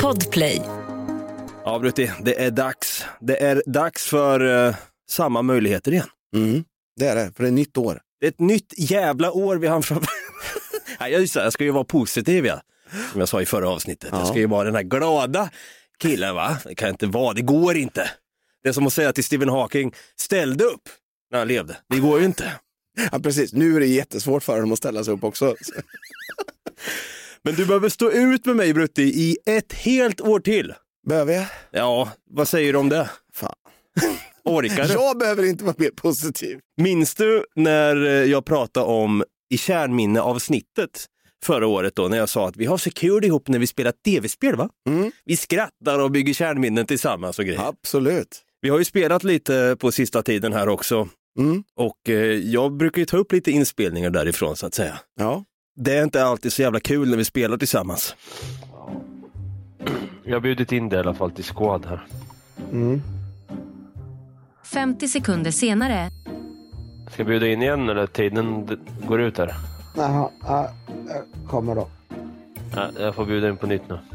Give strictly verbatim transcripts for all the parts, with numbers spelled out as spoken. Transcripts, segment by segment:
Podplay. Ja, Brutti, det är dags. Det är dags för uh, samma möjligheter igen. Mm, det är det, för det är nytt år. Det är ett nytt jävla år vi har framför. Nej, jag, jag ska ju vara positiv, ja. Som jag sa i förra avsnittet. Ja. Jag ska ju vara den här glada killen, va? Det kan inte vara, det går inte. Det är som att säga till Stephen Hawking, ställde upp när han levde. Det går ju inte. Ja, precis. Nu är det jättesvårt för honom att ställa sig upp också. Men du behöver stå ut med mig, Brutti, i ett helt år till. Behöver jag? Ja, vad säger du om det? Fan. Orkar du? Jag behöver inte vara mer positiv. Minns du när jag pratade om i kärnminne avsnittet förra året då, när jag sa att vi har Security ihop när vi spelar tv-spel, va? Mm. Vi skrattar och bygger kärnminnen tillsammans och grejer. Absolut. Vi har ju spelat lite på sista tiden här också. Mm. Och eh, jag brukar ju ta upp lite inspelningar därifrån, så att säga. Ja. Det är inte alltid så jävla kul när vi spelar tillsammans. Jag har bjudit in det i alla fall till squad här. Mm. femtio sekunder senare. Ska jag bjuda in igen eller tiden d- går ut här? Jaha, ja, jag kommer då. Ja, jag får bjuda in på nytt nu.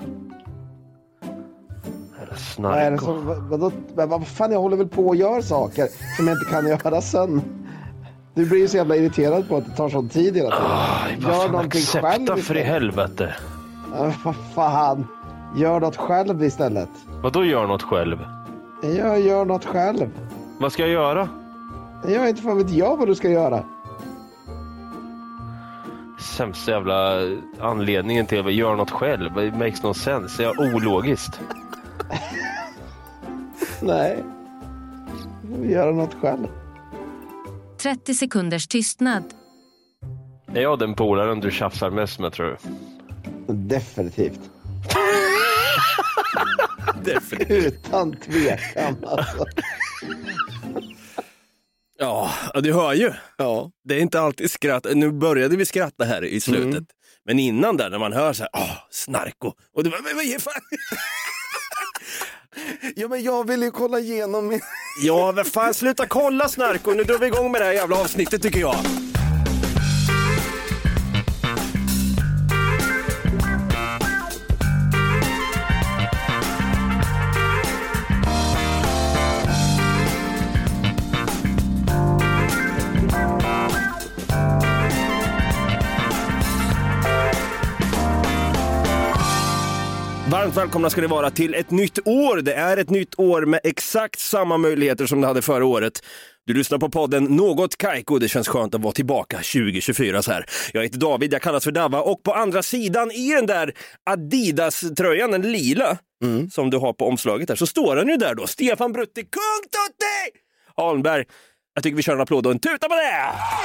Eller Vad är det snarko. som, vad, vadå, men vad fan, jag håller väl på och gör saker som jag inte kan göra sen. Du blir ju så jävla irriterad på att det tar sån tid hela tiden. Ah, Gör någonting själv accepta för i istället. helvete. Ja, vad fan. Gör något själv istället. Vadå gör något själv? Jag gör något själv. Vad ska jag göra? Jag inte fan vet jag vad du ska göra. Sämsta jävla anledningen till att jag gör något själv. Det makes no sense. Jag är ologiskt. Nej. Gör något själv. trettio sekunders tystnad. Är jag den polaren du tjafsar mest med, tror du? Definitivt. Definitivt. Utan tvekan alltså. Ja, du hör ju. Ja. Det är inte alltid skratt. Nu började vi skratta här i slutet. Mm. Men innan där, när man hör så här, åh, snarko. Och det var, men vad är fan? Ja, men jag vill ju kolla igenom min... Ja, vad fan, sluta kolla snarko. Nu drar vi igång med det här jävla avsnittet, tycker jag. Varmt välkomna ska det vara till ett nytt år. Det är ett nytt år med exakt samma möjligheter som det hade förra året. Du lyssnar på podden Något Kaiko. Det känns skönt att vara tillbaka tjugo tjugofyra så här. Jag heter David, jag kallas för Dava. Och på andra sidan i den där Adidas-tröjan, den lila, mm. som du har på omslaget där, så står han ju där då. Stefan Brutti, Kung Tutti Holmberg. Jag tycker vi kör en applåd och en tuta på det!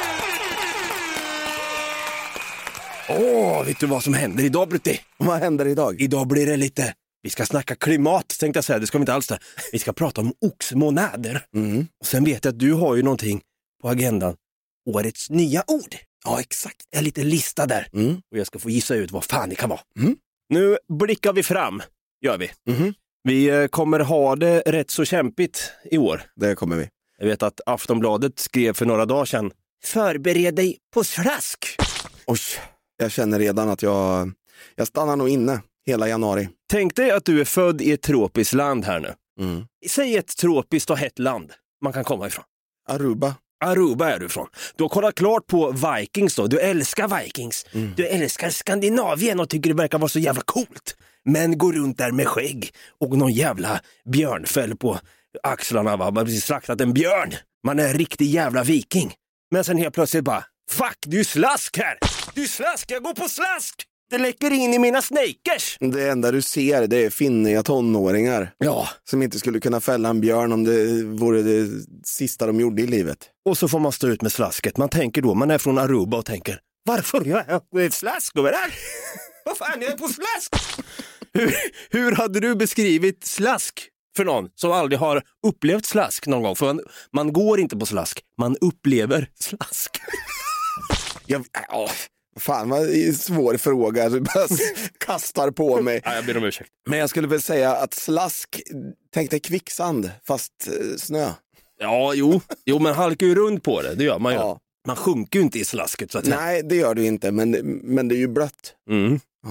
Åh, oh, vet du vad som händer idag, Brutti? Vad händer idag? Idag blir det lite... Vi ska snacka klimat, tänkte jag säga. Det ska vi inte alls där. Vi ska prata om oxmånader. Mm. Och sen vet jag att du har ju någonting på agendan. Årets nya ord. Ja, exakt. Jag är lite lista där. Mm. Och jag ska få gissa ut vad fan det kan vara. Mm. Nu blickar vi fram, gör vi. Mm. Vi kommer ha det rätt så kämpigt i år. Det kommer vi. Jag vet att Aftonbladet skrev för några dagar sedan: förbered dig på slask. Oj, jag känner redan att jag, jag stannar nog inne hela januari. Tänk dig att du är född i ett tropiskt land här nu. Mm. Säg ett tropiskt och hett land man kan komma ifrån. Aruba. Aruba är du ifrån. Du har kollat klart på Vikings då. Du älskar Vikings. Mm. Du älskar Skandinavien och tycker det verkar vara så jävla coolt. Men går runt där med skägg och någon jävla björnfäll på axlarna, va? Man har precis slaktat en björn. Man är en riktig jävla viking. Men sen helt plötsligt bara, fuck, du är slask här. Du är slask, jag går på slask. Det läcker in i mina snakers. Det enda du ser, det är finniga tonåringar. Ja. Som inte skulle kunna fälla en björn om det vore det sista de gjorde i livet. Och så får man stå ut med slasket. Man tänker då, man är från Aruba och tänker, varför gör jag ett slask överallt? Vad fan, jag är på slask. hur, hur hade du beskrivit slask för någon som aldrig har upplevt slask någon gång? För man, man går inte på slask, man upplever slask. jag, åh, fan vad svår fråga. Du bara kastar på mig. Ja, jag ber om ursäkt. Men jag skulle väl säga att slask, tänk dig kvicksand fast eh, snö. Ja, jo. jo, men halkar ju runt på det, det gör man ju. Ja. Man sjunker ju inte i slasket så att säga. Nej, det gör du inte, men, men det är ju blött. Mm. Ja.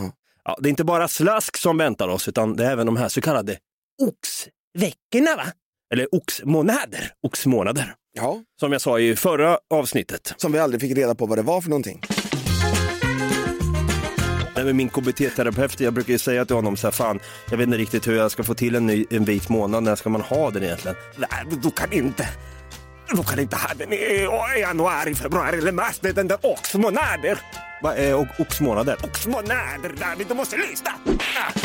Ja, det är inte bara slask som väntar oss, utan det är även de här så kallade oxveckorna, va? Eller oxmånader. Oxmånader. Ja. Som jag sa i förra avsnittet. Som vi aldrig fick reda på vad det var för någonting. Nej, men min K B T-terapeut, jag brukar ju säga till honom så här, fan, jag vet inte riktigt hur jag ska få till en, ny, en vit månad, när ska man ha den egentligen? Nej, du kan inte. Du kan inte ha den i januari, februari eller mars, det är den där oxmånader. Vad är o- oxmånader? Oxmånader, David, du måste lyssna. Ah.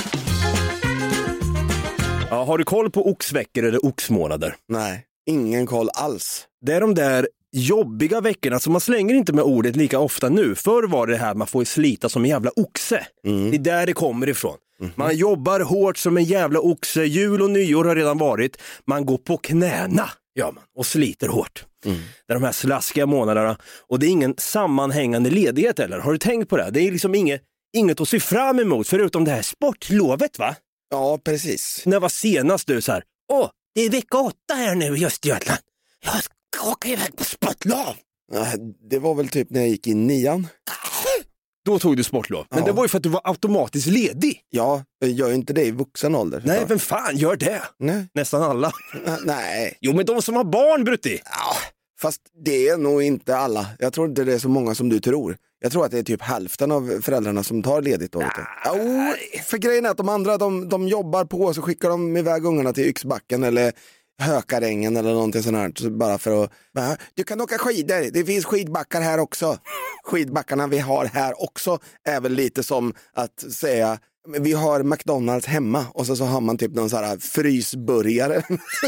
Ja, har du koll på oxveckor eller oxmånader? Nej, ingen koll alls. Det är de där jobbiga veckorna, så man slänger inte med ordet lika ofta nu. Förr var det här man får slita som en jävla oxe. Mm. Det är där det kommer ifrån. Mm. Man jobbar hårt som en jävla oxe. Jul och nyår har redan varit. Man går på knäna, ja, man, och sliter hårt. Mm. Det är de här slaskiga månaderna. Och det är ingen sammanhängande ledighet heller. Har du tänkt på det? Det är liksom inget, inget att se fram emot förutom det här sportlovet, va? Ja, precis. När var senast du så här, åh, det är vecka åtta här nu i Östergötland. Jag ska åka iväg på sportlov. Ja, det var väl typ när jag gick i nian. Då tog du sportlov. Men ja. Det var ju för att du var automatiskt ledig. Ja, jag gör inte det i vuxen ålder. Nej, vem fan gör det? Nej. Nästan alla. Nej. Jo, men de som har barn, Brutti. Ja, fast det är nog inte alla. Jag tror inte det är så många som du tror. Jag tror att det är typ hälften av föräldrarna som tar ledigt då. Ja, för grejen är att de andra, de, de jobbar på och så skickar de iväg ungarna till Yxbacken eller Hökarängen eller någonting sånt här. Så bara för att, bara, du kan åka skidor, det finns skidbackar här också. Skidbackarna vi har här också är väl lite som att säga, vi har McDonalds hemma och så, så har man typ någon sån här frysburgare.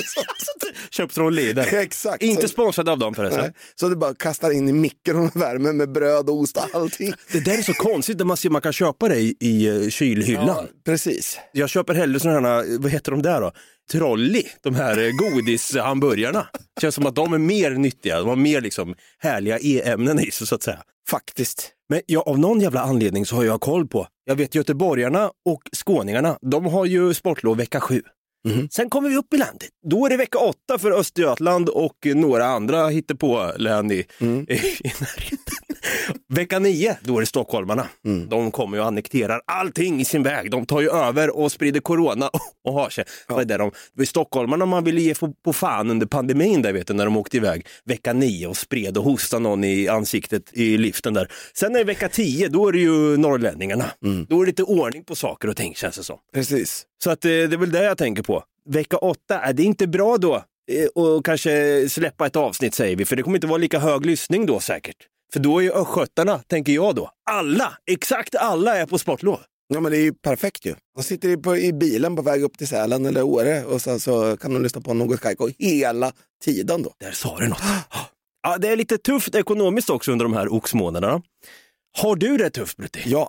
Köpt från Lidl. Exakt. Inte så, sponsrad av dem förresten. Nej. Så du bara kastar in i mikron och värmer med bröd och ost och allting. Det där är så konstigt när man ser man kan köpa det i, i kylhyllan. Ja, precis. Jag köper hellre sådana här, vad heter de där då? Trolli, de här godishamburgarna. Känns som att de är mer nyttiga, de har mer liksom härliga e-ämnen i sig så att säga. Faktiskt. Men ja, av någon jävla anledning så har jag koll på, jag vet göteborgarna och skåningarna, de har ju sportlov vecka sju. Mm. Sen kommer vi upp i landet. Då är det vecka åtta för Östergötland och några andra hittar på län i, mm. i, i närheten. Vecka nio, då är det stockholmarna. Mm. De kommer ju och annekterar allting i sin väg. De tar ju över och sprider corona och, och har sig. Ja. Vad är det de? Det var stockholmarna man ville ge på, på fan under pandemin där, vet du, när de åkte iväg vecka nio och spred och hostade någon i ansiktet i liften där. Sen är vecka tio, då är det ju norrlänningarna. Mm. Då är det lite ordning på saker och ting, känns det som. Precis. Så att, det är väl det jag tänker på. Vecka åtta, är det inte bra då? Och kanske släppa ett avsnitt, säger vi. För det kommer inte vara lika hög lyssning då säkert. För då är ju östgötarna, tänker jag då. Alla, exakt alla är på sportlov. Ja, men det är ju perfekt ju. De sitter på, i bilen på väg upp till Sälen eller Åre och sen så kan de lyssna på något Kaiko hela tiden då. Där sa du något. Ja, det är lite tufft ekonomiskt också under de här oxmånaderna. Har du det tufft, Brutti? Ja.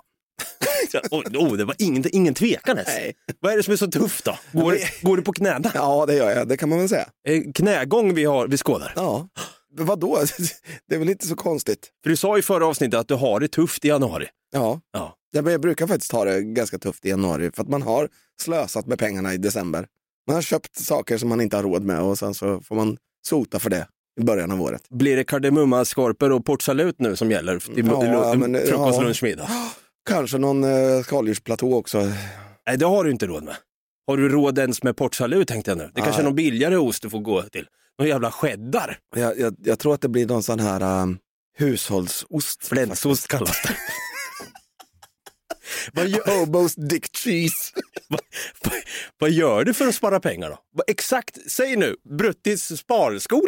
oh, oh, det var ingen, ingen tvekan ens. Nej. Vad är det som är så tufft då? Går, går du på knäna? Ja, det gör jag. Det kan man väl säga. Knägång vi har, vi skådar. Ja. Vadå? Det är väl inte så konstigt. För du sa i förra avsnittet att du har det tufft i januari. Ja, ja. Jag brukar faktiskt ha det ganska tufft i januari. För att man har slösat med pengarna i december. Man har köpt saker som man inte har råd med och sen så får man sota för det i början av året. Blir det kardemumma, skorpor och portsalut nu som gäller till ja, men, frukost, ja. lunch, middag? Kanske någon uh, skaldjursplatå också. Nej, det har du inte råd med. Har du råd ens med portsalut, tänkte jag nu. Det Nej. kanske är någon billigare ost du får gå till. Någon jävla skäddar. Jag, jag, jag tror att det blir någon sån här um, hushållsost. Flänsost kallas det. Vad gör... Hobo's dick cheese. vad, vad, vad gör du för att spara pengar då? Vad, exakt, säg nu. Bruttis sparskol.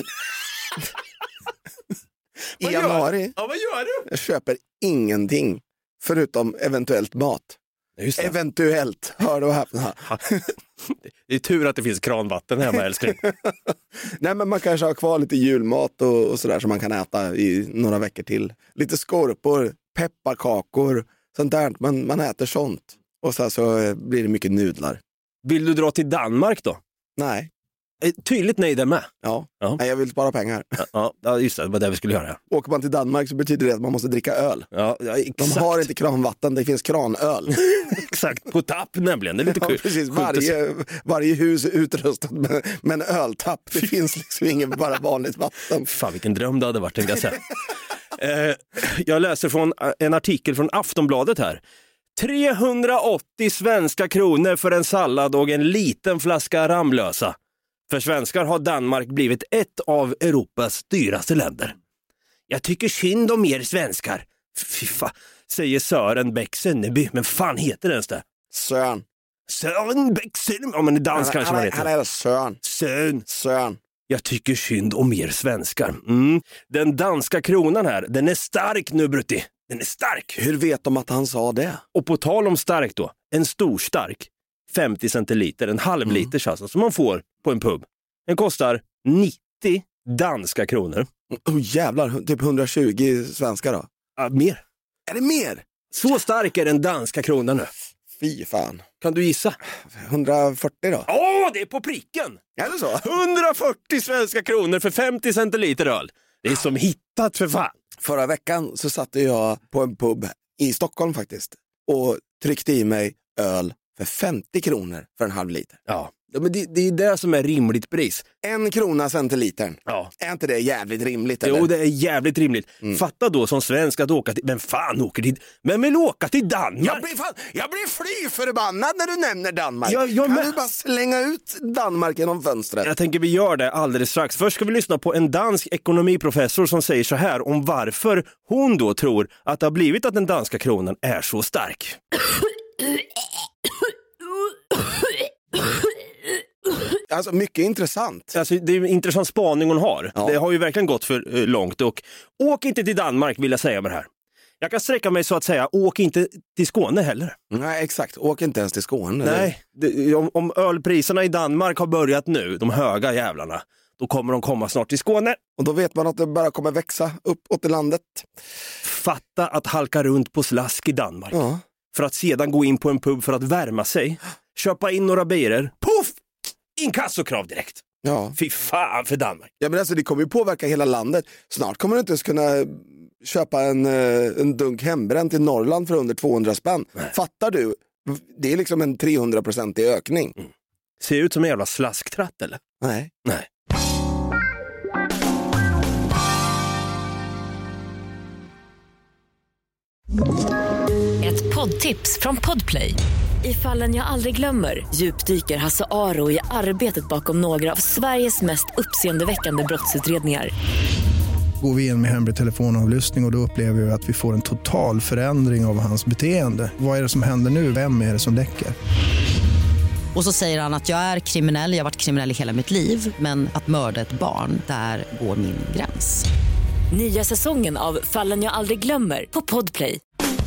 I januari. Ja, vad gör du? Jag köper ingenting. Förutom eventuellt mat. Just det. Eventuellt, hör du här. Det är tur att det finns kranvatten hemma, älskling. Nej, men man kanske har kvar lite julmat och, och sådär som man kan äta i några veckor till. Lite skorpor, pepparkakor, sånt där. Man, man äter sånt. Och så, så blir det mycket nudlar. Vill du dra till Danmark då? Nej. Tydligt nej där med. Ja, ja. Nej, jag vill spara pengar. Ja, ja, just det, det var det vi skulle göra. Åker man till Danmark så betyder det att man måste dricka öl. Ja, ja, de har inte kranvatten, det finns kranöl. Exakt, på tapp nämligen. Det är lite ja, kul. Precis, varje, varje hus är utrustat med, med en öltapp. Det finns liksom ingen bara vanligt vatten. Fan, vilken dröm det hade varit, tänkte jag säga. eh, jag läser från en artikel från Aftonbladet här. trehundraåttio svenska kronor för en sallad och en liten flaska Ramlösa. För svenskar har Danmark blivit ett av Europas dyraste länder. Jag tycker synd om er svenskar. Fy fan, säger Sören Bäck Sönneby. Men fan heter det ens det? Sören. Sören Bäck Sönneby. Ja, men dans kanske man heter. Han är Sören. Sön. Sören. Jag tycker synd om er svenskar. Mm. Den danska kronan här, den är stark nu, Brutti. Den är stark. Hur vet de att han sa det? Och på tal om stark då, en stor stark, femtio centiliter, en halv Mm. liters alltså, som man får på en pub. Den kostar nittio danska kronor. Oh, jävlar, typ hundratjugo svenskar då. Ja, mer. Är det mer? Så stark är den danska kronan nu. Fy fan. Kan du gissa? hundrafyrtio då? Åh, det är på pricken! Är det så? hundrafyrtio svenska kronor för femtio centiliter öl. Det är som hittat för fan. Förra veckan så satte jag på en pub i Stockholm faktiskt och tryckte i mig öl för femtio kronor för en halv liter. Ja, ja men det, det är det som är rimligt pris. En krona centilitern. Ja. Är inte det jävligt rimligt? Eller? Jo, det är jävligt rimligt. Mm. Fatta då som svensk att åka till... Men fan åker dit? Men vill åka till Danmark? Jag blir, fan, jag blir fly förbannad när du nämner Danmark. Ja, jag kan med. du bara slänga ut Danmark genom fönstret? Jag tänker vi gör det alldeles strax. Först ska vi lyssna på en dansk ekonomiprofessor som säger så här om varför hon då tror att det har blivit att den danska kronan är så stark. Alltså mycket intressant. Alltså, det är en intressant spaning hon har. Ja. Det har ju verkligen gått för eh, långt. Och åk inte till Danmark vill jag säga med det här. Jag kan sträcka mig så att säga, åk inte till Skåne heller. Nej, exakt. Åk inte ens till Skåne. Nej, det, om, om ölpriserna i Danmark har börjat nu, de höga jävlarna, då kommer de komma snart till Skåne. Och då vet man att det bara kommer växa uppåt i landet. Fatta att halka runt på slask i Danmark. Ja. För att sedan gå in på en pub för att värma sig. Köpa in några bier. Puff! Inkassokrav direkt. Ja. Fy fan för Danmark. Ja, men alltså det kommer ju påverka hela landet. Snart kommer du inte ens kunna köpa en, en dunk hembränt i Norrland för under tvåhundra spänn. Nej. Fattar du? Det är liksom en trehundra procent i ökning. Mm. Ser ut som en jävla slasktratt eller? Nej. Nej. Ett poddtips från Podplay. I Fallen jag aldrig glömmer djupdyker Hasse Aro i arbetet bakom några av Sveriges mest uppseendeväckande brottsutredningar. Går vi in med hemlig telefonavlyssning och, och då upplever vi att vi får en total förändring av hans beteende. Vad är det som händer nu? Vem är det som läcker? Och så säger han att jag är kriminell, jag har varit kriminell i hela mitt liv. Men att mörda ett barn, där går min gräns. Nya säsongen av Fallen jag aldrig glömmer på Podplay.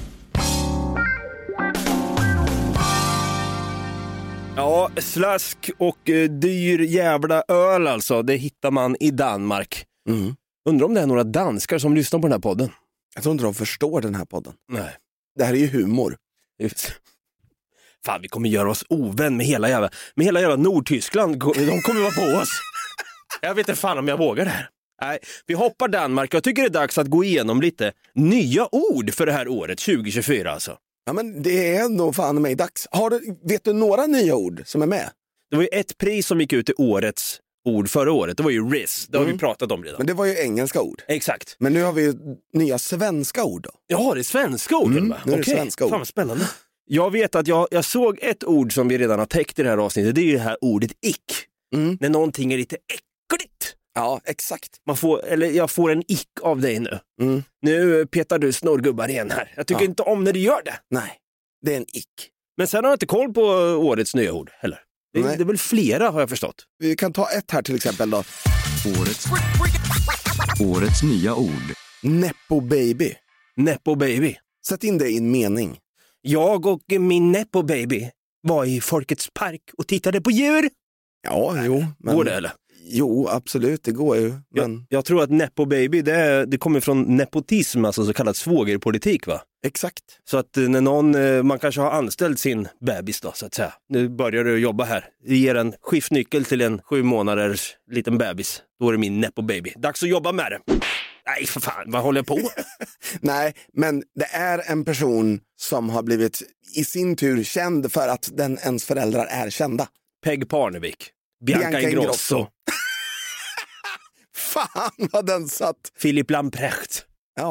Ja, slask och eh, dyr jävla öl alltså, det hittar man i Danmark. Mm. Undrar om det är några danskar som lyssnar på den här podden? Jag tror inte de förstår den här podden. Nej. Det här är ju humor. Fan, vi kommer göra oss ovän med hela jävla, med hela jävla Nordtyskland. De kommer vara på oss. Jag vet inte fan om jag vågar det här. Nej, vi hoppar Danmark. Jag tycker det är dags att gå igenom lite nya ord för det här året, tjugo tjugofyra alltså. Ja, men det är nog fan mig dags. Har du, vet du några nya ord som är med? Det var ju ett pris som gick ut i årets ord förra året. Det var ju R I S. Det har Mm. vi pratat om redan. Men det var ju engelska ord. Exakt. Men nu har vi ju nya svenska ord då. Ja, det är svenska ord. Mm, va? nu är det Okej. svenska ord. Fan vad spännande. Jag vet att jag, jag såg ett ord som vi redan har täckt i det här avsnittet. Det är ju det här ordet ick. Mm. När någonting är lite äckligt. Ja, exakt. Man får, eller jag får en ick av dig nu. Mm. Nu petar du snorgubbar igen här. Jag tycker Ja. inte om när du gör det. Nej, det är en ick. Men sen har jag inte koll på årets nya ord heller. Det, Nej. det är väl flera har jag förstått. Vi kan ta ett här till exempel då. Årets, årets nya ord. Nepo baby. Nepo baby. Sätt in det i en mening. Jag och min Nepo baby var i Folkets park och tittade på djur. Ja, jo. Men... Går det eller? Jo, absolut, det går ju. Men... Jag, jag tror att Nepo baby, det, är, det kommer från nepotism, alltså så kallad svågerpolitik va? Exakt. Så att eh, när någon, eh, man kanske har anställt sin bebis då så att säga. Nu börjar du jobba här. Du ger en skiftnyckel till en sju månaders liten bebis. Då är det min Nepo baby. Dags att jobba med det. Nej för fan, vad håller jag på? Nej, men det är en person som har blivit i sin tur känd för att den ens föräldrar är kända. Peg Parnevik. Bianca, Bianca Ingrosso. Ingrosso. Fan vad den satt. Philip Lamprecht. Ja,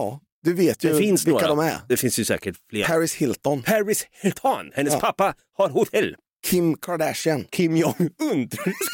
Du vet ju det finns vilka några. de är. Det finns ju säkert fler. Paris Hilton. Paris Hilton. Hennes Ja. pappa har hotell. Kim Kardashian. Kim Jong-Un.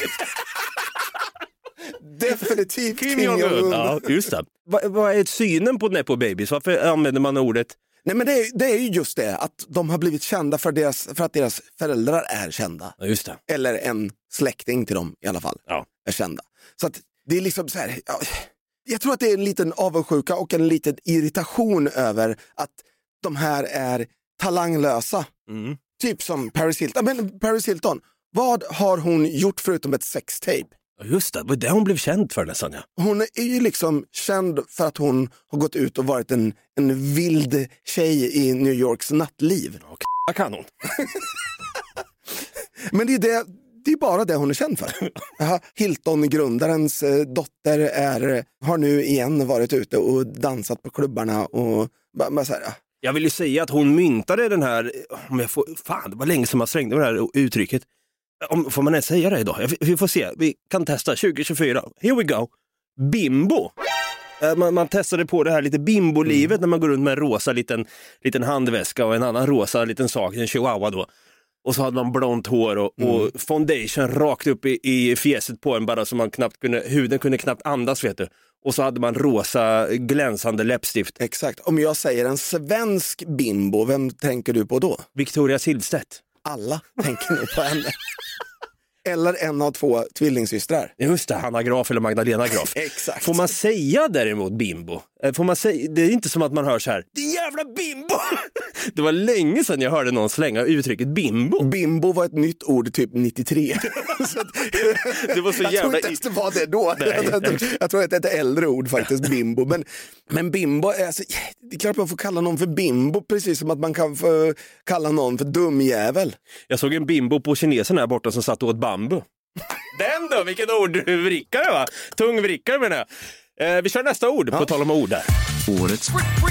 Definitivt Kim Kim Jong-Un. Jong-Un. Ja, just det. Vad, vad är synen på Nepo Babies? Varför använder man ordet? Nej, men det är, det är ju just det, att de har blivit kända för, deras, för att deras föräldrar är kända. Ja, just det. Eller en släkting till dem i alla fall Ja. är kända. Så att det är liksom så här, ja, jag tror att det är en liten avundsjuka och en liten irritation över att de här är talanglösa. Mm. Typ som Paris Hilton. Men Paris Hilton, vad har hon gjort förutom ett sextape? Ja, just det. Det var det hon blev känd för nästan, ja. Hon är ju liksom känd för att hon har gått ut och varit en, en vild tjej i New Yorks nattliv. Och vad kan hon? Men det är, det, det är bara det hon är känd för. Aha, Hilton-grundarens eh, dotter är, har nu igen varit ute och dansat på klubbarna och bara, bara så här, ja. Jag vill ju säga att hon myntade den här, om jag får, fan det var länge som man slängde det här uttrycket. Om, får man ens säga det idag? Vi får se, vi kan testa tjugo tjugofyra. Here we go. Bimbo. Man, man testade på det här lite bimbo-livet mm. när man går runt med en rosa liten, liten handväska och en annan rosa liten sak, en chihuahua då. Och så hade man blont hår och, mm. och foundation rakt upp i, i fjäset på en bara så man knappt kunde, huden kunde knappt andas, vet du. Och så hade man rosa glänsande läppstift. Exakt. Om jag säger en svensk bimbo, vem tänker du på då? Victoria Silvstedt. Alla tänker nog på henne. Eller en av två tvillingsystrar. Just det, Hanna Graf eller Magdalena Graf. Exakt. Får man säga däremot bimbo? Får man säga, det är inte som att man hör så här, din jävla bimbo! Det var länge sedan jag hörde någon slänga uttrycket bimbo. Bimbo var ett nytt ord typ nittiotre. Så att, det var så jag jävla... tror inte ens det var det då. Nej, jag, jag, nej. jag tror att det är ett äldre ord faktiskt, bimbo. Men, men bimbo, är alltså, det är klart man får kalla någon för bimbo, precis som att man kan få kalla någon för dumjävel. Jag såg en bimbo på kinesen här borta som satt åt bambu. Den då, vilken ordvrickare va? Tungvrickare menar jag. Eh, vi kör nästa ord, ja. På tal om ord där. Årets,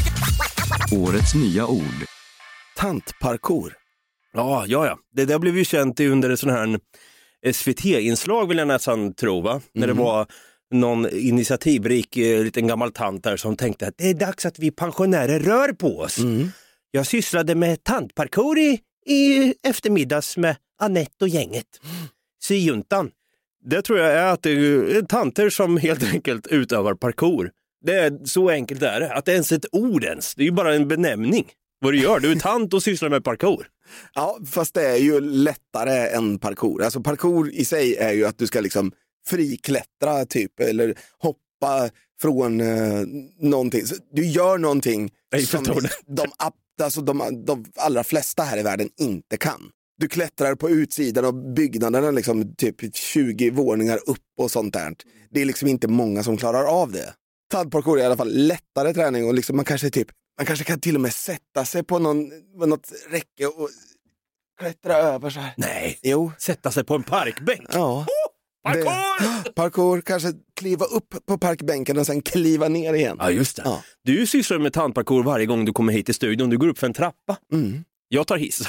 årets nya ord. Tantparkour. Ja, ja, ja. Det där blev ju känt under ett sån här S V T-inslag vill jag nästan tro, va? Mm. När det var någon initiativrik eh, liten gammal tant där som tänkte att det är dags att vi pensionärer rör på oss. Mm. Jag sysslade med tantparkour i, i eftermiddags med Annette och gänget. Syjuntan. Det tror jag är att det är tanter som helt enkelt utövar parkour. Det är så enkelt är det. Att det är ens ett ord ens. Det är ju bara en benämning. Vad du gör, du är tant och sysslar med parkour. Ja, fast det är ju lättare än parkour. Alltså parkour i sig är ju att du ska liksom friklättra typ, eller hoppa från eh, någonting. Så du gör någonting jag som de, de, alltså de, de allra flesta här i världen inte kan. Du klättrar på utsidan av byggnaderna liksom typ tjugo våningar upp och sånt där. Det är liksom inte många som klarar av det. Tantparkour är i alla fall lättare träning och liksom man kanske typ man kanske kan till och med sätta sig på någon på något räcke och klättra över så här. Nej. Jo, sätta sig på en parkbänk. Ja. Oh, parkour! Det, parkour, kanske kliva upp på parkbänken och sen kliva ner igen. Ja, just det. Ja. Du sysslar med tantparkour varje gång du kommer hit till studion. Du går upp för en trappa. Mm. Jag tar hiss.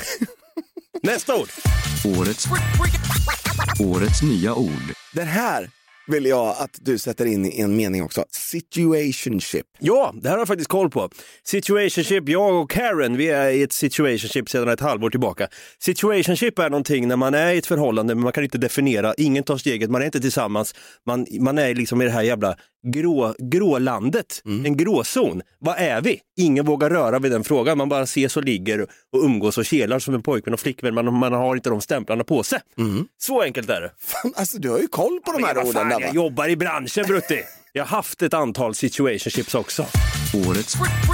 Nästa ord. Årets, årets nya ord. Den här vill jag att du sätter in i en mening också. Situationship. Ja, det här har jag faktiskt koll på. Situationship, jag och Karen, vi är i ett situationship sedan ett halvår tillbaka. Situationship är någonting när man är i ett förhållande men man kan inte definiera, ingen tar steget, man är inte tillsammans. Man, man är liksom i det här jävla grå, grålandet, mm. en gråzon. Vad är vi? Ingen vågar röra vid den frågan. Man bara ses och ligger och umgås och kelar som en pojkvän och flickvän. Man, man har inte de stämplarna på sig. Mm. Så enkelt är det. Fan, alltså du har ju koll på ja, de här orden. Fan, där, jag jobbar i branschen, Brutti. Jag har haft ett antal situationships också. Årets,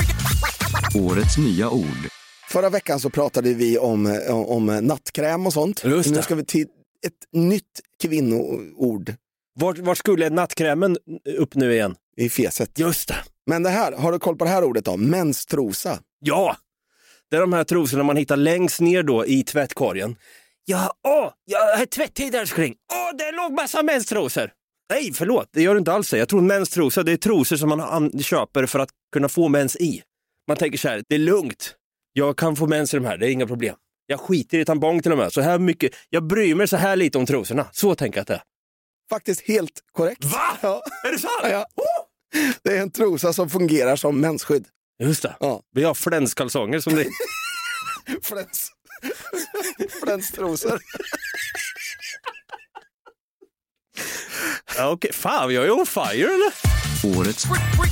årets nya ord. Förra veckan så pratade vi om, om nattkräm och sånt. Just det. Nu ska vi till ett nytt kvinnoord. Var, var skulle nattkrämen upp nu igen? I fjeset. Just det. Men det här, har du koll på det här ordet då? Menstrosa. Ja, det är de här trosorna man hittar längst ner då i tvättkorgen. Ja, åh, jag har tvättid älskling. Åh, det låg massa menstrosor. Nej, förlåt, det gör du inte alls. Jag tror menstrosa, det är trosor som man an- köper för att kunna få mens i. Man tänker så här, det är lugnt. Jag kan få mens i de här, det är inga problem. Jag skiter i tampong till och med. Så här mycket, jag bryr mig så här lite om trosorna. Så tänker jag att det är. Faktiskt helt korrekt. Va? Ja. Är det sant? Ja. Oh! Det är en trosa som fungerar som mensskydd. Just det. Ja. Vi har flänskalsonger som det... Fläns. Flänstrosor. Ja, okej. Okay. Fan, jag är on fire, eller? Årets,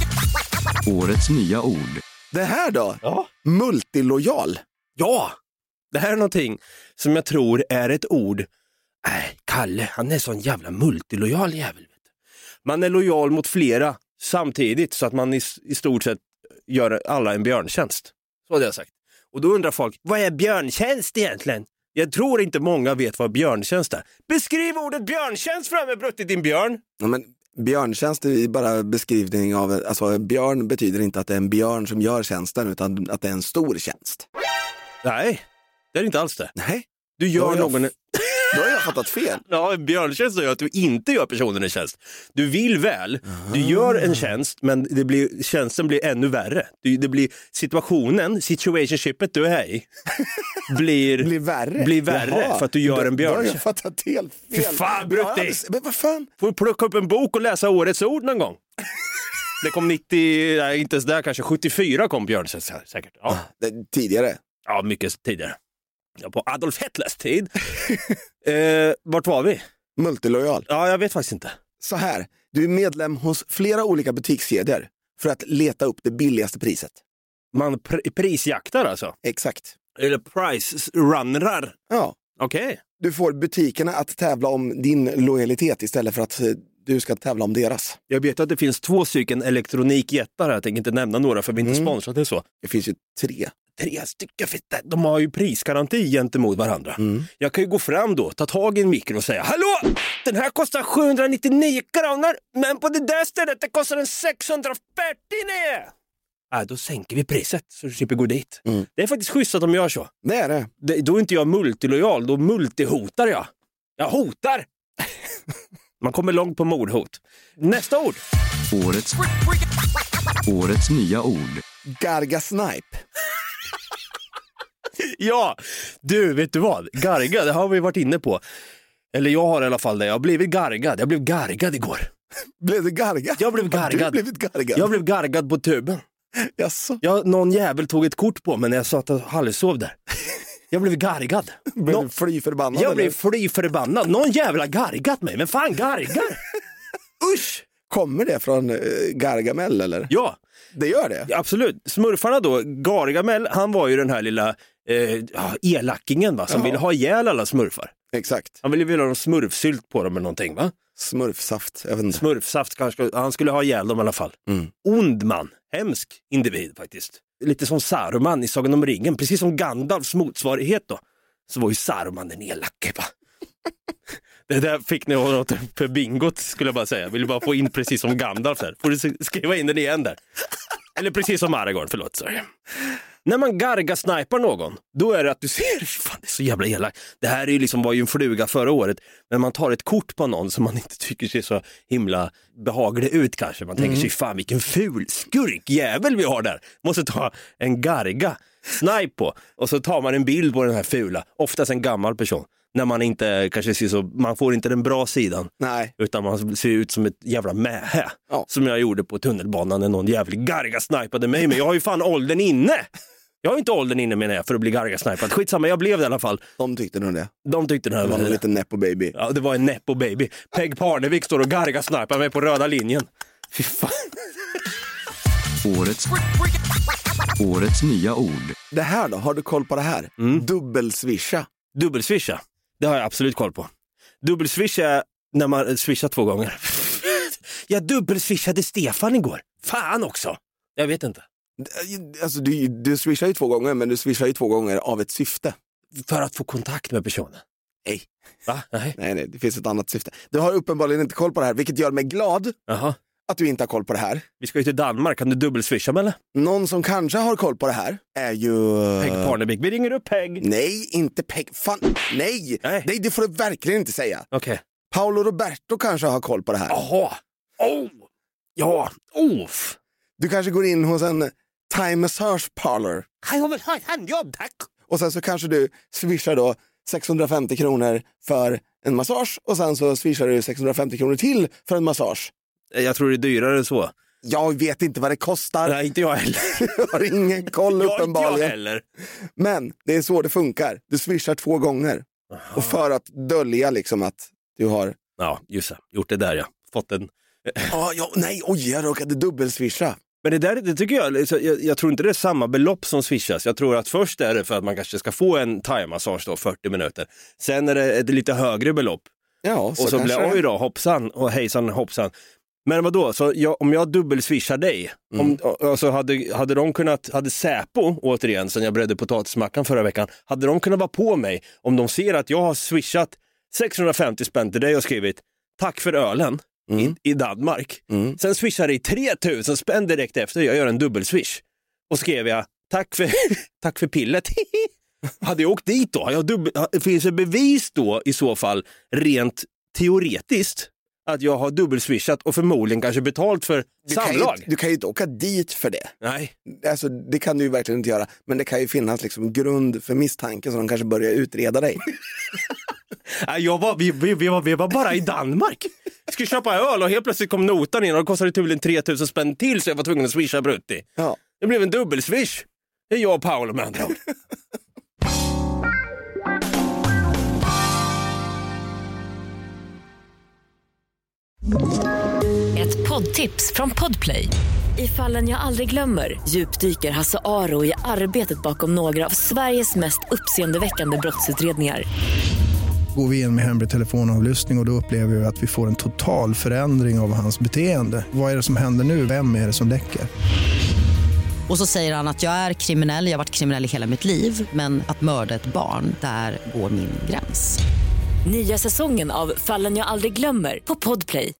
årets nya ord. Det här då? Ja. Multilojal. Ja, det här är någonting som jag tror är ett ord. Nej, Kalle, han är sån jävla multilojal jävel. Vet du. Man är lojal mot flera samtidigt så att man i, i stort sett gör alla en björntjänst. Så hade jag sagt. Och då undrar folk, vad är björntjänst egentligen? Jag tror inte många vet vad björntjänst är. Beskriv ordet björntjänst för mig, Brutti, din björn. Ja, men björntjänst är bara beskrivning av, alltså björn betyder inte att det är en björn som gör tjänsten utan att det är en stor tjänst. Nej, det är inte alls det. Nej. Du gör Då någon... Jag... Då har jag fattat fel. Ja, en björntjänst är att du inte gör personen en tjänst. Du vill väl, du gör en tjänst, men det blir, tjänsten blir ännu värre. Du, det blir situationen, situationshipet du är i, blir, blir värre, blir värre för att du gör då, en björntjänst. Då har jag fattat helt fel. Fy fan, Brutti! Men vad fan? Får du plocka upp en bok och läsa årets ord någon gång? Det kom nittio, nej, inte ens där kanske, sjuttiofyra kom björntjänst säkert. Ja. Det, tidigare? Ja, mycket tidigare. Ja, på Adolf Hitlers tid. eh, vart var vi? Multilojal. Ja, jag vet faktiskt inte. Så här, du är medlem hos flera olika butikskedjor för att leta upp det billigaste priset. Man pr- prisjaktar alltså? Exakt. Eller price runner. Ja. Okej. Okay. Du får butikerna att tävla om din lojalitet istället för att du ska tävla om deras. Jag vet att det finns två stycken elektronikjättar. Jag tänker inte nämna några för vi är inte Mm. sponsrat eller så. Det finns ju tre. Tre stycken, de har ju prisgaranti gentemot varandra. Mm. Jag kan ju gå fram då, ta tag i en mikro och säga: hallå, den här kostar sjuhundranittionio kronor, men på det där stället det kostar den sexhundrafyrtionio. Äh, då sänker vi priset så du slipper gå dit. Mm. Det är faktiskt schysst att de gör så. Det är det. det då är inte jag multilojal, då multihotar jag. Jag hotar! Man kommer långt på mordhot. Nästa ord. Årets, årets nya ord. Garga snipe. Ja, du, vet du vad? Garga, det har vi varit inne på. Eller jag har i alla fall det. Jag har blivit gargad. Jag blev gargad igår. Blev du gargad? Jag blev gargad. Du blivit gargad? Jag blev gargad på tuben. Jaså? Jag, någon jävel tog ett kort på mig när jag satt och halvsov där. Jag blev gargad. Blev Nå- du fly förbannad? jag eller? blev fly förbannad. Någon jävla gargat mig. Men fan gargar? Usch! Kommer det från uh, Gargamel eller? Ja. Det gör det? Ja, absolut. Smurfarna då, Gargamel, han var ju den här lilla eh, ja, elackingen va, som Ja. ville ha ihjäl alla smurfar. Exakt. Han ville väl ha någon smurfsylt på dem eller någonting va? Smurfsaft, jag vet inte. Smurfsaft kanske, han skulle ha ihjäl dem i alla fall. Mm. Ond man, hemsk individ faktiskt. Lite som Saruman i Sagan om ringen, precis som Gandalfs motsvarighet då. Så var ju Saruman den elake va? Det där fick ni något för bingot skulle jag bara säga. Jag ville bara få in precis som Gandalf där. Får du skriva in den igen där. Eller precis som Aragorn, förlåt. Sorry. När man garga-snipar någon, då är det att du ser, fan det är så jävla elak. Det här är ju liksom, var ju en fluga förra året. Men man tar ett kort på någon som man inte tycker ser så himla behaglig ut kanske. Man tänker sig, fan vilken ful skurkjävel vi har där. Måste ta en garga snipe på. Och så tar man en bild på den här fula, oftast en gammal person. När man inte kanske ser så, man får inte den bra sidan. Nej. Utan man ser ut som ett jävla mähä. Ja. Som jag gjorde på tunnelbanan när någon jävlig garga snipade mig. Men jag har ju fan åldern inne. Jag har inte åldern inne menar jag för att bli garga snipad. Skitsamma, jag blev det i alla fall. De tyckte nog det. De tyckte det här Det var var en liten Nepo baby. Ja, det var en Nepo baby. Peg Parnevik står och garga snipar mig på röda linjen. Fy fan. Årets, årets nya ord. Det här då, har du koll på det här? Mm. Dubbelswisha. Dubbelswisha. Det har jag absolut koll på. Dubbelswisha när man swishar två gånger. Jag dubbelswishade Stefan igår. Fan också. Jag vet inte. Alltså du, du swishar ju två gånger, men du swishar ju två gånger av ett syfte. För att få kontakt med personen. Nej. Va? Nej. Nej, nej, det finns ett annat syfte. Du har uppenbarligen inte koll på det här, vilket gör mig glad Jaha. att du inte har koll på det här. Vi ska ju till Danmark, kan du dubbelswisha med eller? Någon som kanske har koll på det här är ju... Peg Parnevik. Vi ringer upp Peg. Nej, inte Peg. Fan, nej. Nej. Nej, det får du verkligen inte säga. Okej. Okay. Paolo Roberto kanske har koll på det här. Jaha. Oh. Ja. Oh. Du kanske går in hos en Thai massage parlor. Jag vill ha ett handjobb, tack. Och sen så kanske du swishar då sexhundrafemtio kronor för en massage och sen så swishar du sexhundrafemtio kronor till för en massage. Jag tror det är dyrare än så. Jag vet inte vad det kostar. Nej, inte jag heller. Jag har ingen koll jag uppenbarligen. Inte jag heller. Men det är så det funkar. Du swishar två gånger. Aha. Och för att dölja liksom att du har... Ja, just det. Gjort det där, ja. Fått en... Ja, ja, nej, oj, jag råkade dubbelswisha. Men det där, det tycker jag, jag, jag tror inte det är samma belopp som swishas. Jag tror att först är det för att man kanske ska få en thai-massage då, fyrtio minuter. Sen är det ett lite högre belopp. Ja, så och så kanske blir oj då, hoppsan och hejsan hoppsan. Men vadå, så jag, om jag dubbelswishar dig, mm. om, alltså hade, hade de kunnat, hade Säpo återigen, sen jag bredde potatismackan förra veckan, hade de kunnat vara på mig om de ser att jag har swishat sexhundrafemtio spänn till dig och skrivit tack för ölen. Mm. I, i Danmark. Mm. Sen swishar det i tre tusen spänn direkt efter jag gör en dubbelswish. Och skrev jag, tack för, tack för pillet. Hade jag åkt dit då? Jag dubbel, finns det bevis då i så fall, rent teoretiskt, att jag har dubbelswishat och förmodligen kanske betalt för du samlag? Kan ju, du kan ju inte åka dit för det. Nej. Alltså, det kan du ju verkligen inte göra. Men det kan ju finnas liksom grund för misstanke så de kanske börjar utreda dig. Jag var, vi, vi, vi, var, vi var bara i Danmark. Jag skulle köpa öl och helt plötsligt kom notan in och det kostade tydligen tre tusen spänn till så jag var tvungen att swisha brutti. Ja. Det blev en dubbelswish. Det är jag och Paolo med andra ord. Ett poddtips från Podplay. I Fallen jag aldrig glömmer djupdyker Hasse Aro i arbetet bakom några av Sveriges mest uppseendeväckande brottsutredningar. Går vi in med hemlig telefonavlyssning och, och då upplever vi att vi får en total förändring av hans beteende. Vad är det som händer nu? Vem är det som läcker? Och så säger han att jag är kriminell, jag har varit kriminell i hela mitt liv. Men att mörda ett barn, där går min gräns. Nya säsongen av Fallen jag aldrig glömmer på Podplay.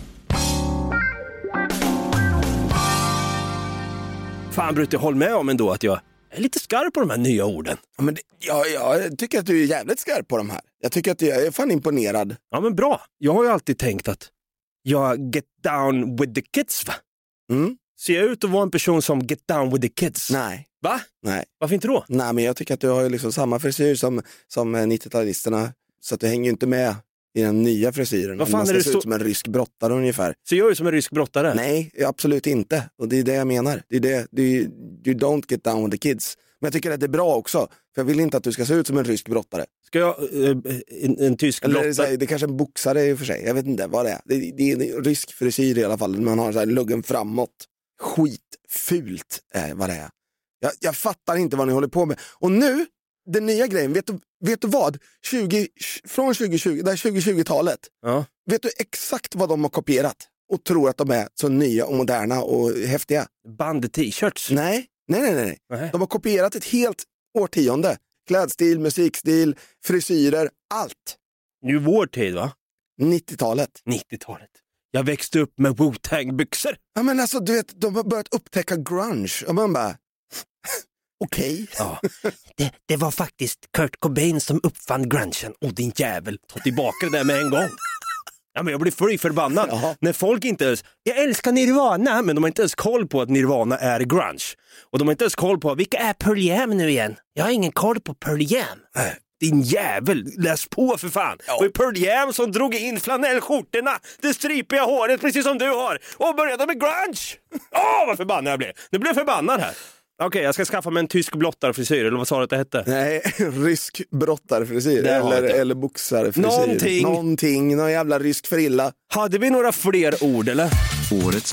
Fan Brutte, håll med om ändå att jag är lite skarp på de här nya orden. Ja, men det, ja, jag tycker att du är jävligt skarp på de här. Jag tycker att jag är fan imponerad. Ja men bra, jag har ju alltid tänkt att jag get down with the kids va? Mm. Ser jag ut att vara en person som get down with the kids? Nej. Va? Nej. Varför inte då? Nej, men jag tycker att du har ju liksom samma frisyr som, som nittio-talisterna. Så att du hänger ju inte med i den nya frisyren. Vad fan man är det se så... ut som en rysk brottare ungefär. Så jag är som en rysk brottare? Nej, absolut inte. Och det är det jag menar. Det är det, det är, you don't get down with the kids. Men jag tycker att det är bra också. För jag vill inte att du ska se ut som en rysk brottare. Ska jag, äh, en, en tysk Eller brottare? Det är, det är kanske en boxare i och för sig. Jag vet inte vad det är. Det, det är en rysk frisyr i alla fall. Man har så här luggen framåt. Skitfult är vad det är. Jag, jag fattar inte vad ni håller på med. Och nu, den nya grejen, vet du, vet du vad? tjugo, från tjugo tjugo, det här tjugo tjugo-talet. Ja. Vet du exakt vad de har kopierat? Och tror att de är så nya och moderna och häftiga. Band-t-shirts? Nej, nej, nej, nej. nej. De har kopierat ett helt årtionde. Klädstil, musikstil, frisyrer, allt. Nu vår tid va? nittio-talet. nittio-talet. Jag växte upp med Wu-Tang-byxor. Ja men alltså du vet, de har börjat upptäcka grunge. Och man bara, okej. Okay. Ja, det, det var faktiskt Kurt Cobain som uppfann grungen. Och din jävel, ta tillbaka det där med en gång. Ja, men jag blir fly förbannad. Jaha. När folk inte ens, jag älskar Nirvana, men de har inte ens koll på att Nirvana är grunge. Och de har inte ens koll på, vilka är Pearl Jam nu igen? Jag har ingen koll på Pearl Jam. Äh. Din jävel, läs på för fan. Ja. Och i Pearl Jam som drog in flanellskjortorna, det stripiga håret precis som du har, och började med grunge. Åh, oh, vad förbannad jag blev. Nu blev jag förbannad här. Okej, okay, jag ska skaffa mig en tysk blottarfrisyr, eller vad sa du att det hette? Nej, rysk brottarfrisyr, eller, eller boxarfrisyr. Någonting. Någonting, någon jävla rysk frilla. Hade vi några fler ord, eller? Årets,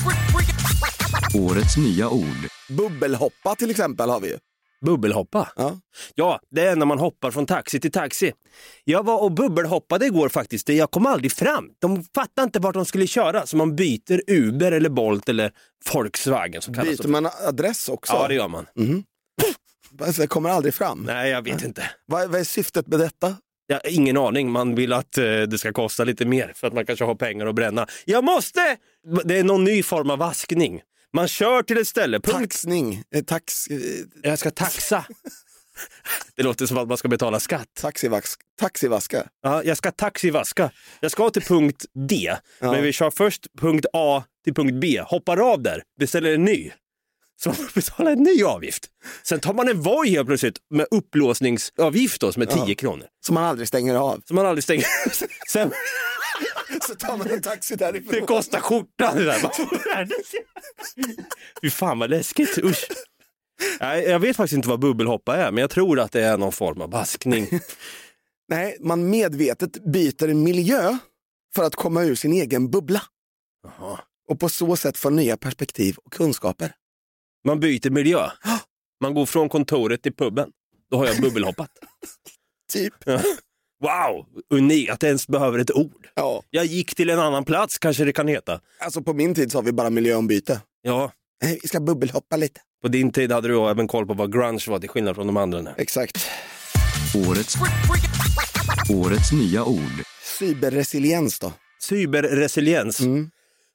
årets nya ord. Bubbelhoppa till exempel har vi ju. Bubbelhoppa? Ja. Ja, det är när man hoppar från taxi till taxi. Jag var och bubbelhoppade igår faktiskt. Jag kom aldrig fram. De fattade inte vart de skulle köra. Så man byter Uber eller Bolt eller Volkswagen. Som byter kallas man adress också? Ja, det gör man. Mm. Alltså, det kommer aldrig fram? Nej, jag vet inte. Vad, vad är syftet med detta? Ja, ingen aning. Man vill att eh, det ska kosta lite mer för att man kanske har pengar att bränna. Jag måste! Det är någon ny form av vaskning. Man kör till ett ställe. Taxning. Tax... Jag ska taxa. Det låter som att man ska betala skatt. Taxivask... Taxivaska. Ja, jag ska taxivaska. Jag ska till punkt D. Ja. Men vi kör först punkt A till punkt B. Hoppar av där. Beställer en ny. Så man får betala en ny avgift. Sen tar man en Voi helt plötsligt med upplåsningsavgift då, som är tio ja. kronor. Som man aldrig stänger av. Som man aldrig stänger. Sen... Så tar man en taxi därifrån. Det kostar skjortan. Det där. Fy fan vad läskigt. Usch. Nej, jag vet faktiskt inte vad bubbelhoppa är, men jag tror att det är någon form av baskning. Nej, man medvetet byter miljö för att komma ur sin egen bubbla. Aha. Och på så sätt få nya perspektiv och kunskaper. Man byter miljö. Man går från kontoret till puben. Då har jag bubbelhoppat. Typ. Wow, unik att det ens behöver ett ord. Ja. Jag gick till en annan plats, kanske det kan heta. Alltså på min tid så har vi bara miljöombyte. Ja. Nej, vi ska bubbelhoppa lite. På din tid hade du även koll på vad grunge var till skillnad från de andra. Nu. Exakt. Årets, årets nya ord. Cyberresiliens då? Cyberresiliens. Mm.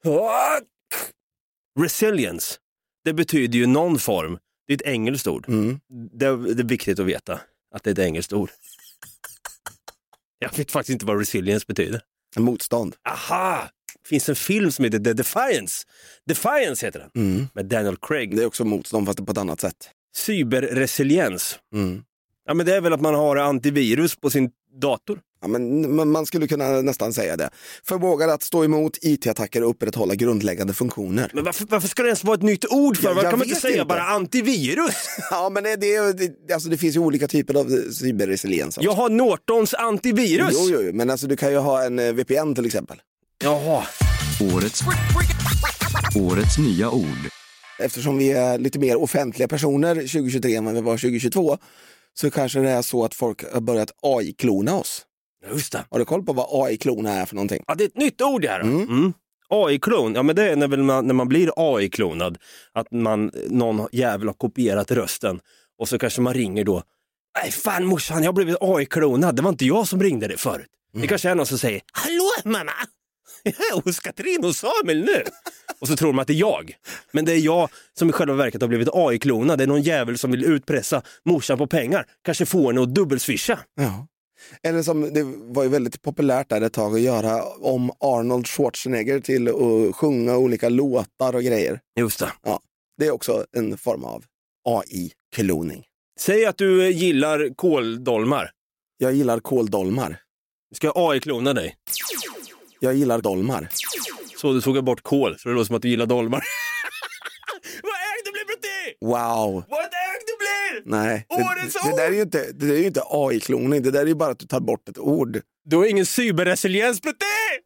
Resilience. Det betyder ju någon form. Det är ett engelskt ord. Mm. Det, det är viktigt att veta att det är ett engelskt ord. Jag vet faktiskt inte vad resilience betyder. Motstånd. Aha! Det finns en film som heter The Defiance. Defiance heter den. Mm. Med Daniel Craig. Det är också motstånd fast på ett annat sätt. Cyberresiliens. Mm. Ja, men det är väl att man har antivirus på sin dator. Ja, men man skulle kunna nästan säga det. Förmågan att stå emot I T-attacker och upprätthålla grundläggande funktioner. Men varför, varför ska det ens vara ett nytt ord för? Ja, Varför kan man vet inte säga inte. bara antivirus? Ja, men det, det, det, alltså det finns ju olika typer av cyberresiliens också. Jag har Nortons antivirus. Jo, jo, jo, men alltså du kan ju ha en eh, V P N till exempel. Jaha. Årets, årets nya ord. Eftersom vi är lite mer offentliga personer tjugohundratjugotre än vad vi var tjugohundratjugotvå så kanske det är så att folk har börjat A I-klona oss. Just det. Har du koll på vad A I-klona är för någonting? Ja, det är ett nytt ord här. Mm. Mm. A I-klon, ja men det är när, väl man, när man blir A I-klonad. Att man, någon jävel har kopierat rösten. Och så kanske man ringer då. Nej fan morsan, jag har blivit A I-klonad. Det var inte jag som ringde dig förut. Mm. Det kanske är någon som säger, hallå mamma! Jag är hos Katrin och Samuel nu. Och så tror man att det är jag. Men det är jag som i själva verket har blivit A I-klonad. Det är någon jävel som vill utpressa morsan på pengar. Kanske få henne att dubbelswisha. Ja. Eller som, det var ju väldigt populärt där ett tag att göra om Arnold Schwarzenegger till att sjunga olika låtar och grejer. Just det. Ja, det är också en form av A I-kloning. Säg att du gillar kåldolmar. Jag gillar kåldolmar. Ska jag A I-klona dig? Jag gillar dolmar. Så du tog bort kål, så det låter som att du gillar dolmar. Vad ägd du blir, Brutti! Wow. Vad ägd du blir! Nej, Årets det, det, där är ju inte, det är ju inte A I-kloning, det där är ju bara att du tar bort ett ord. Du har ingen cyberresiliens, Brutti!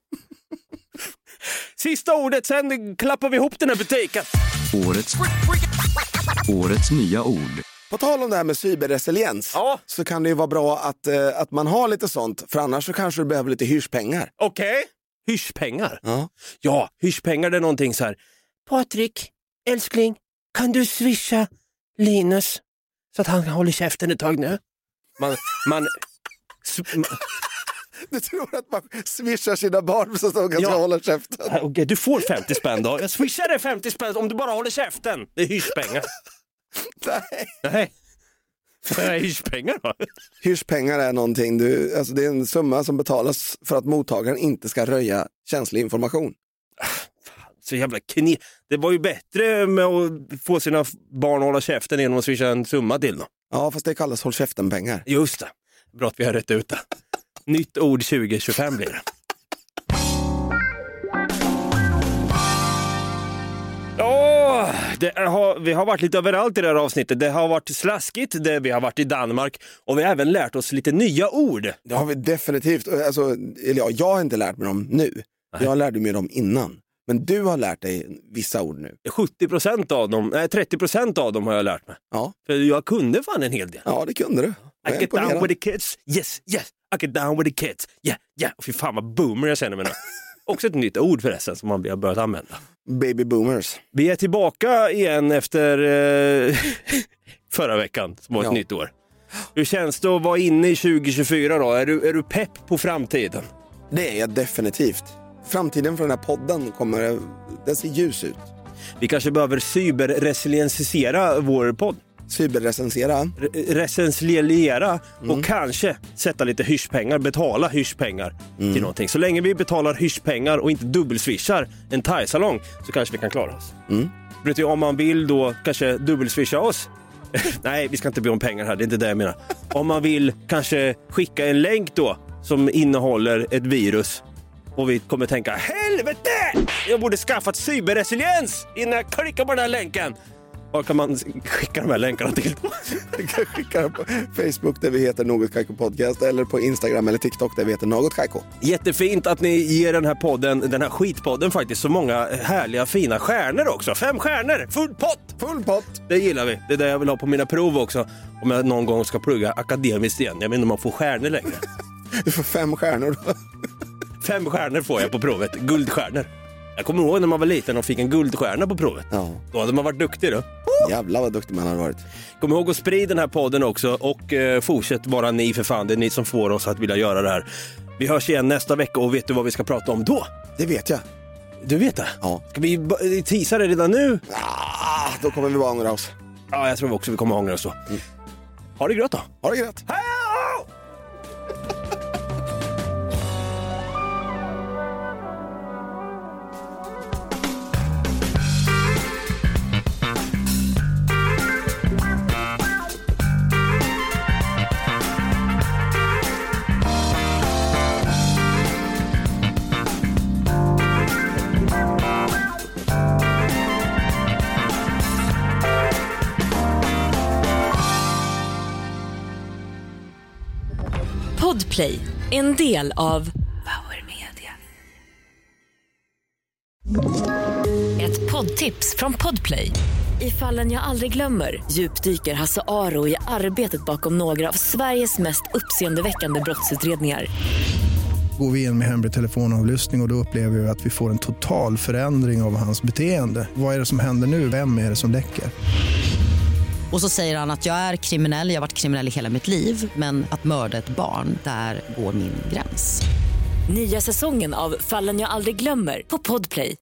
Sista ordet, sen klappar vi ihop den här butiken. Årets, årets nya ord. På tal om det här med cyberresiliens, ja. Så kan det ju vara bra att, eh, att man har lite sånt, för annars så kanske du behöver lite hyrspengar. Okej, okay. Hyrspengar? Ja. Ja, hyrspengar det är någonting så här. Patrik, älskling, kan du swisha Linus så att han håller käften ett tag nu? Man... man, man Du tror att man swishar sina barn så att de kan ja. hålla käften? Okej, okay, du får femtio spänn då. Jag swishar dig femtio spänn om du bara håller käften. Det är hyrspengar. Nej. Nej. Vad är hyrspengar då? Hyrspengar är någonting, du, alltså det är en summa som betalas för att mottagaren inte ska röja känslig information. Så jävla kni. Det var ju bättre med att få sina barn att hålla käften genom att swisha en summa till dem. Ja, fast det kallas håll käften-pengar. Just det. Bra att vi har rätt ut det. Nytt ord tjugo tjugofem blir det. Åh, det har, vi har varit lite överallt i det här avsnittet. Det har varit slaskigt, det, vi har varit i Danmark och vi har även lärt oss lite nya ord. Det har vi definitivt. Alltså, eller ja, jag har inte lärt mig dem nu. Nej. Jag lärde mig dem innan. Men du har lärt dig vissa ord nu. sjuttio procent av dem, nej trettio procent av dem har jag lärt mig. Ja. För jag kunde fan en hel del. Ja, det kunde du. I get down with the kids, yes, yes. I get down with the kids, yeah, yeah. Fy fan vad boomer jag känner mig nu. Också ett nytt ord förresten som man har börjat använda. Baby boomers. Vi är tillbaka igen efter eh, förra veckan som var ett ja. nytt år. Hur känns det att vara inne i tjugo tjugofyra då? Är du, är du pepp på framtiden? Det är jag definitivt. Framtiden för den här podden kommer, den ser ljus ut. Vi kanske behöver cyberresiliensisera vår podd. Cyberrecensera. Re- recensliera mm. och kanske sätta lite hyrspengar, betala hyrspengar mm. till någonting. Så länge vi betalar hyrspengar och inte dubbelswishar en thai-salong så kanske vi kan klara oss. Mm. Vet du, om man vill då kanske dubbelswisha oss. Nej, vi ska inte be om pengar här, det är inte det jag menar. Om man vill kanske skicka en länk då som innehåller ett virus Och vi kommer tänka, helvete! Jag borde skaffat cyberresiliens innan jag klickar på den här länken. Var kan man skicka de här länkarna till? Du kan skicka dem på Facebook där vi heter Något Kaiko Podcast eller på Instagram eller TikTok där vi heter Något Kaiko. Jättefint att ni ger den här podden, den här skitpodden faktiskt så många härliga fina stjärnor också. Fem stjärnor, full pott! Full pott! Det gillar vi. Det är det jag vill ha på mina prov också. Om jag någon gång ska plugga akademiskt igen. Jag vet inte om man får stjärnor längre. Du får fem stjärnor då. Fem stjärnor får jag på provet. Guldstjärnor. Jag kommer ihåg när man var liten och fick en guldstjärna på provet. Ja. Då hade man varit duktig då. Jävlar vad duktig man har varit. Kom ihåg att sprida den här podden också. Och eh, fortsätt vara ni för fan. Det är ni som får oss att vilja göra det här. Vi hörs igen nästa vecka och vet du vad vi ska prata om då? Det vet jag. Du vet det? Ja. Ska vi b- teasa det redan nu? Ah, då kommer vi bara ångra oss. Ja, jag tror också vi kommer ångra oss då. Mm. Ha det grött då. Ha det grött. Hej! Podplay, en del av Power Media. Ett poddtips från Podplay. I Fallen jag aldrig glömmer djupdyker Hasse Aro i arbetet bakom några av Sveriges mest uppseendeväckande brottsutredningar. Går vi in med hemlig telefonavlyssning och, och då upplever vi att vi får en total förändring av hans beteende. Vad är det som händer nu? Vem är det som läcker? Och så säger han att jag är kriminell, jag har varit kriminell i hela mitt liv. Men att mörda ett barn, där går min gräns. Nya säsongen av Fallen jag aldrig glömmer på Podplay.